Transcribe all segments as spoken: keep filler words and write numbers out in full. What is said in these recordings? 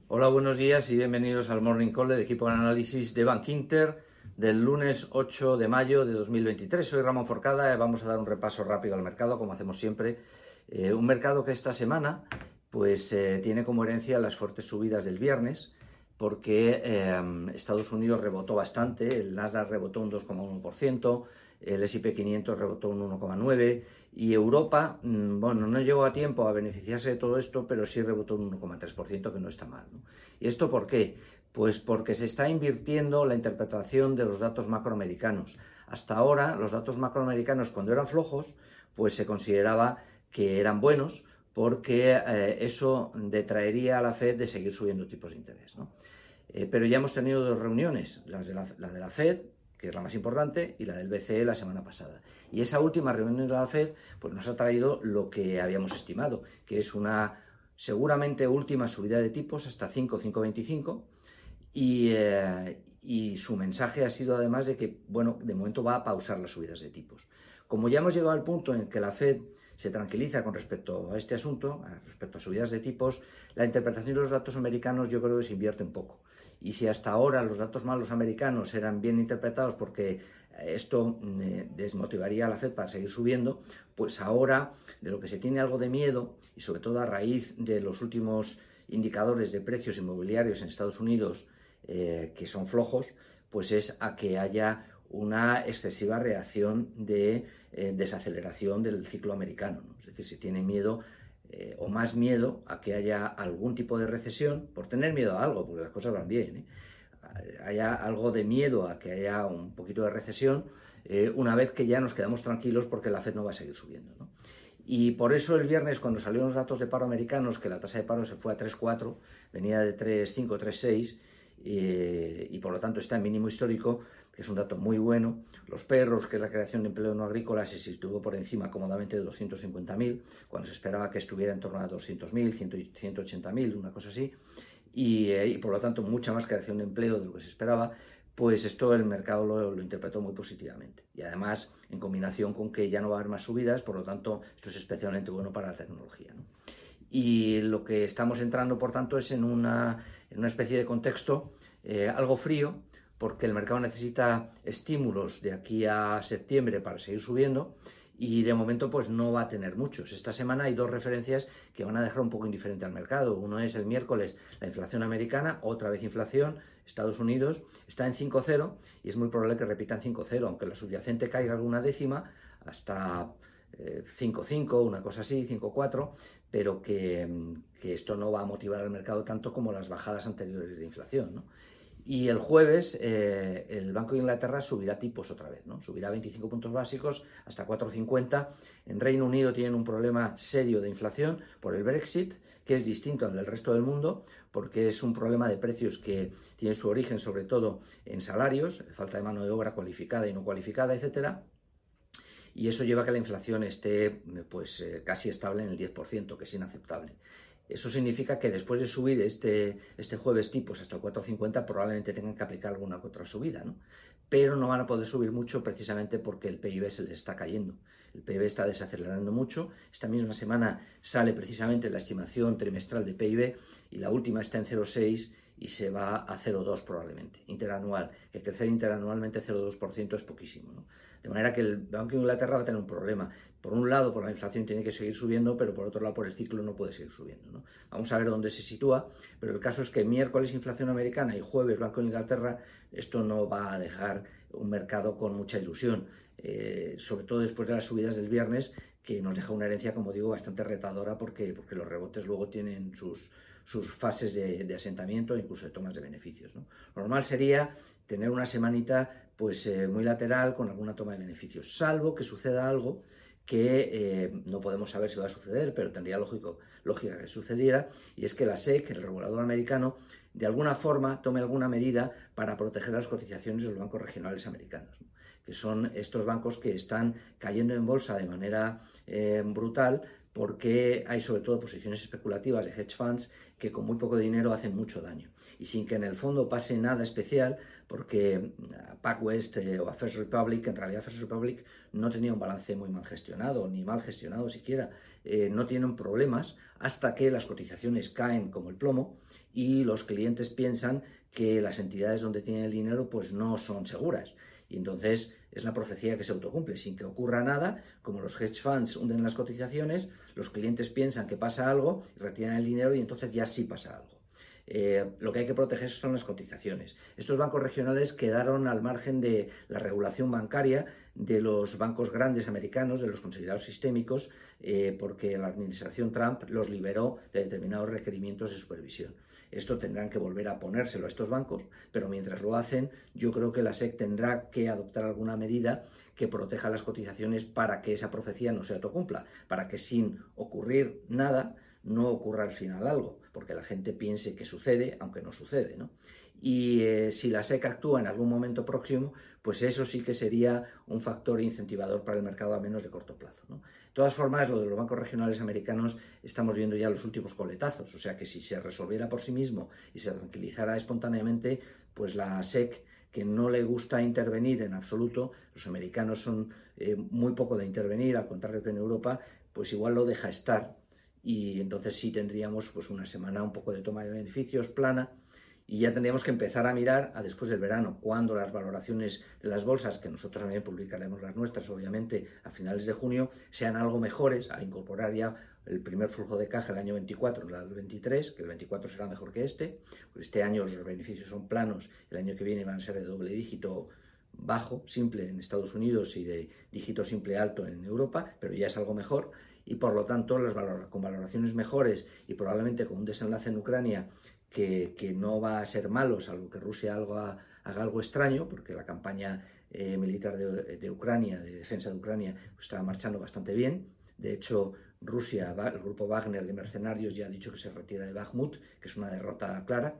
Hola, buenos días y bienvenidos al Morning Call del equipo de análisis de Bankinter del lunes ocho de mayo de dos mil veintitrés. Soy Ramón Forcada y vamos a dar un repaso rápido al mercado, como hacemos siempre. Eh, un mercado que esta semana pues, eh, tiene como herencia las fuertes subidas del viernes, porque eh, Estados Unidos rebotó bastante, el Nasdaq rebotó un dos coma uno por ciento, el ese y pe quinientos rebotó un uno coma nueve por ciento y Europa, bueno, no llegó a tiempo a beneficiarse de todo esto, pero sí rebotó un uno coma tres por ciento, que no está mal, ¿no? ¿Y esto por qué? Pues porque se está invirtiendo la interpretación de los datos macroamericanos. Hasta ahora, los datos macroamericanos, cuando eran flojos, pues se consideraba que eran buenos, porque eh, eso detraería a la Fed de seguir subiendo tipos de interés, ¿no? Eh, pero ya hemos tenido dos reuniones, las de la, la de la Fed, que es la más importante, y la del be ce e la semana pasada. Y esa última reunión de la Fed pues nos ha traído lo que habíamos estimado, que es una seguramente última subida de tipos hasta cinco, cinco coma veinticinco, y, eh, y su mensaje ha sido además de que, bueno, de momento va a pausar las subidas de tipos. Como ya hemos llegado al punto en que la Fed se tranquiliza con respecto a este asunto, respecto a subidas de tipos, la interpretación de los datos americanos yo creo que se invierte un poco. Y si hasta ahora los datos malos americanos eran bien interpretados porque esto eh, desmotivaría a la Fed para seguir subiendo, pues ahora de lo que se tiene algo de miedo, y sobre todo a raíz de los últimos indicadores de precios inmobiliarios en Estados Unidos eh, que son flojos, pues es a que haya una excesiva reacción de eh, desaceleración del ciclo americano, ¿no? Es decir, se tiene miedo eh, o más miedo a que haya algún tipo de recesión, por tener miedo a algo, porque las cosas van bien, ¿eh? Haya algo de miedo a que haya un poquito de recesión, eh, una vez que ya nos quedamos tranquilos porque la Fed no va a seguir subiendo, ¿no? Y por eso el viernes, cuando salieron los datos de paro americanos, que la tasa de paro se fue a tres coma cuatro, venía de tres coma cinco, tres coma seis, eh, y por lo tanto está en mínimo histórico, que es un dato muy bueno. Los perros, que es la creación de empleo no agrícola, se situó por encima cómodamente de doscientos cincuenta mil, cuando se esperaba que estuviera en torno a doscientos mil, ciento ochenta mil, una cosa así. Y, eh, y por lo tanto mucha más creación de empleo de lo que se esperaba, pues esto el mercado lo, lo interpretó muy positivamente. Y además, en combinación con que ya no va a haber más subidas, por lo tanto, esto es especialmente bueno para la tecnología, ¿no? Y lo que estamos entrando, por tanto, es en una, en una especie de contexto eh, algo frío, porque el mercado necesita estímulos de aquí a septiembre para seguir subiendo, y de momento pues no va a tener muchos. Esta semana hay dos referencias que van a dejar un poco indiferente al mercado. Uno es el miércoles, la inflación americana, otra vez inflación. Estados Unidos está en cinco coma cero y es muy probable que repitan cinco coma cero, aunque la subyacente caiga alguna décima hasta eh, cinco coma cinco, una cosa así, cinco coma cuatro, pero que, que esto no va a motivar al mercado tanto como las bajadas anteriores de inflación, ¿no? Y el jueves eh, el Banco de Inglaterra subirá tipos otra vez, ¿no? Subirá veinticinco puntos básicos hasta cuatro coma cincuenta. En Reino Unido tienen un problema serio de inflación por el Brexit, que es distinto al del resto del mundo, porque es un problema de precios que tiene su origen sobre todo en salarios, falta de mano de obra cualificada y no cualificada, etcétera. Y eso lleva a que la inflación esté pues, eh, casi estable en el diez por ciento, que es inaceptable. Eso significa que después de subir este, este jueves tipos hasta el cuatro coma cincuenta, probablemente tengan que aplicar alguna otra subida, ¿no? Pero no van a poder subir mucho precisamente porque el pe i be se les está cayendo. El pe i be está desacelerando mucho. Esta misma semana sale precisamente la estimación trimestral de pe i be y la última está en cero coma seis y se va a cero coma dos probablemente, interanual, que crecer interanualmente cero coma dos por ciento es poquísimo, ¿no? De manera que el Banco de Inglaterra va a tener un problema. Por un lado, por la inflación tiene que seguir subiendo, pero por otro lado, por el ciclo no puede seguir subiendo, ¿no? Vamos a ver dónde se sitúa, pero el caso es que miércoles inflación americana y jueves Banco de Inglaterra, esto no va a dejar un mercado con mucha ilusión, eh, sobre todo después de las subidas del viernes, que nos deja una herencia, como digo, bastante retadora, porque, porque los rebotes luego tienen sus, sus fases de, de asentamiento e incluso de tomas de beneficios, ¿no? Lo normal sería tener una semanita pues eh, muy lateral con alguna toma de beneficios, salvo que suceda algo que eh, no podemos saber si va a suceder, pero tendría lógico, lógica que sucediera, y es que la ese e ce, el regulador americano, de alguna forma tome alguna medida para proteger las cotizaciones de los bancos regionales americanos, ¿no? Que son estos bancos que están cayendo en bolsa de manera eh, brutal, porque hay sobre todo posiciones especulativas de hedge funds que con muy poco dinero hacen mucho daño, y sin que en el fondo pase nada especial, porque a PacWest eh, o a First Republic, en realidad First Republic no tenía un balance muy mal gestionado, ni mal gestionado siquiera, eh, no tienen problemas hasta que las cotizaciones caen como el plomo, y los clientes piensan que las entidades donde tienen el dinero pues no son seguras. Y entonces es la profecía que se autocumple. Sin que ocurra nada, como los hedge funds hunden las cotizaciones, los clientes piensan que pasa algo, retiran el dinero y entonces ya sí pasa algo. Eh, lo que hay que proteger son las cotizaciones. Estos bancos regionales quedaron al margen de la regulación bancaria de los bancos grandes americanos, de los considerados sistémicos, eh, porque la administración Trump los liberó de determinados requerimientos de supervisión. Esto tendrán que volver a ponérselo a estos bancos, pero mientras lo hacen, yo creo que la S E C tendrá que adoptar alguna medida que proteja las cotizaciones para que esa profecía no se autocumpla, para que sin ocurrir nada no ocurra al final algo, porque la gente piense que sucede, aunque no sucede, ¿no? Y eh, si la S E C actúa en algún momento próximo, pues eso sí que sería un factor incentivador para el mercado a menos de corto plazo, ¿no? De todas formas, lo de los bancos regionales americanos estamos viendo ya los últimos coletazos, o sea que si se resolviera por sí mismo y se tranquilizara espontáneamente, pues la S E C, que no le gusta intervenir en absoluto, los americanos son eh, muy poco de intervenir, al contrario que en Europa, pues igual lo deja estar y entonces sí tendríamos pues una semana un poco de toma de beneficios plana. Y ya tendríamos que empezar a mirar a después del verano, cuando las valoraciones de las bolsas, que nosotros también publicaremos las nuestras, obviamente, a finales de junio, sean algo mejores, al incorporar ya el primer flujo de caja del año veinticuatro, el del veintitrés, que el veinticuatro será mejor que este. Este año los beneficios son planos, el año que viene van a ser de doble dígito bajo, simple en Estados Unidos y de dígito simple alto en Europa, pero ya es algo mejor. Y por lo tanto, las valor- con valoraciones mejores y probablemente con un desenlace en Ucrania Que, que no va a ser malo, salvo que Rusia haga, haga algo extraño, porque la campaña eh, militar de, de Ucrania, de defensa de Ucrania, pues está marchando bastante bien. De hecho, Rusia, el grupo Wagner de mercenarios ya ha dicho que se retira de Bakhmut, que es una derrota clara.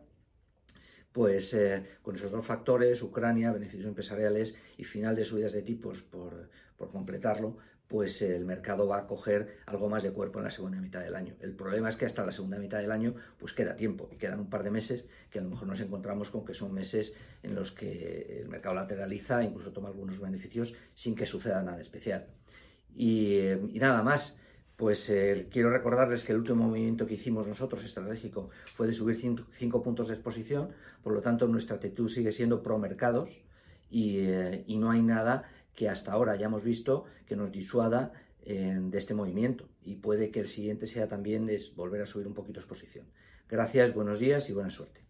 Pues eh, con esos dos factores, Ucrania, beneficios empresariales y final de subidas de tipos por, por completarlo, pues eh, el mercado va a coger algo más de cuerpo en la segunda mitad del año. El problema es que hasta la segunda mitad del año pues queda tiempo y quedan un par de meses que a lo mejor nos encontramos con que son meses en los que el mercado lateraliza, incluso toma algunos beneficios sin que suceda nada especial. Y, eh, y nada más. Pues eh, quiero recordarles que el último movimiento que hicimos nosotros estratégico fue de subir cinco puntos de exposición, por lo tanto nuestra actitud sigue siendo pro mercados y, eh, y no hay nada que hasta ahora hayamos visto que nos disuada eh, de este movimiento y puede que el siguiente sea también es volver a subir un poquito exposición. Gracias, buenos días y buena suerte.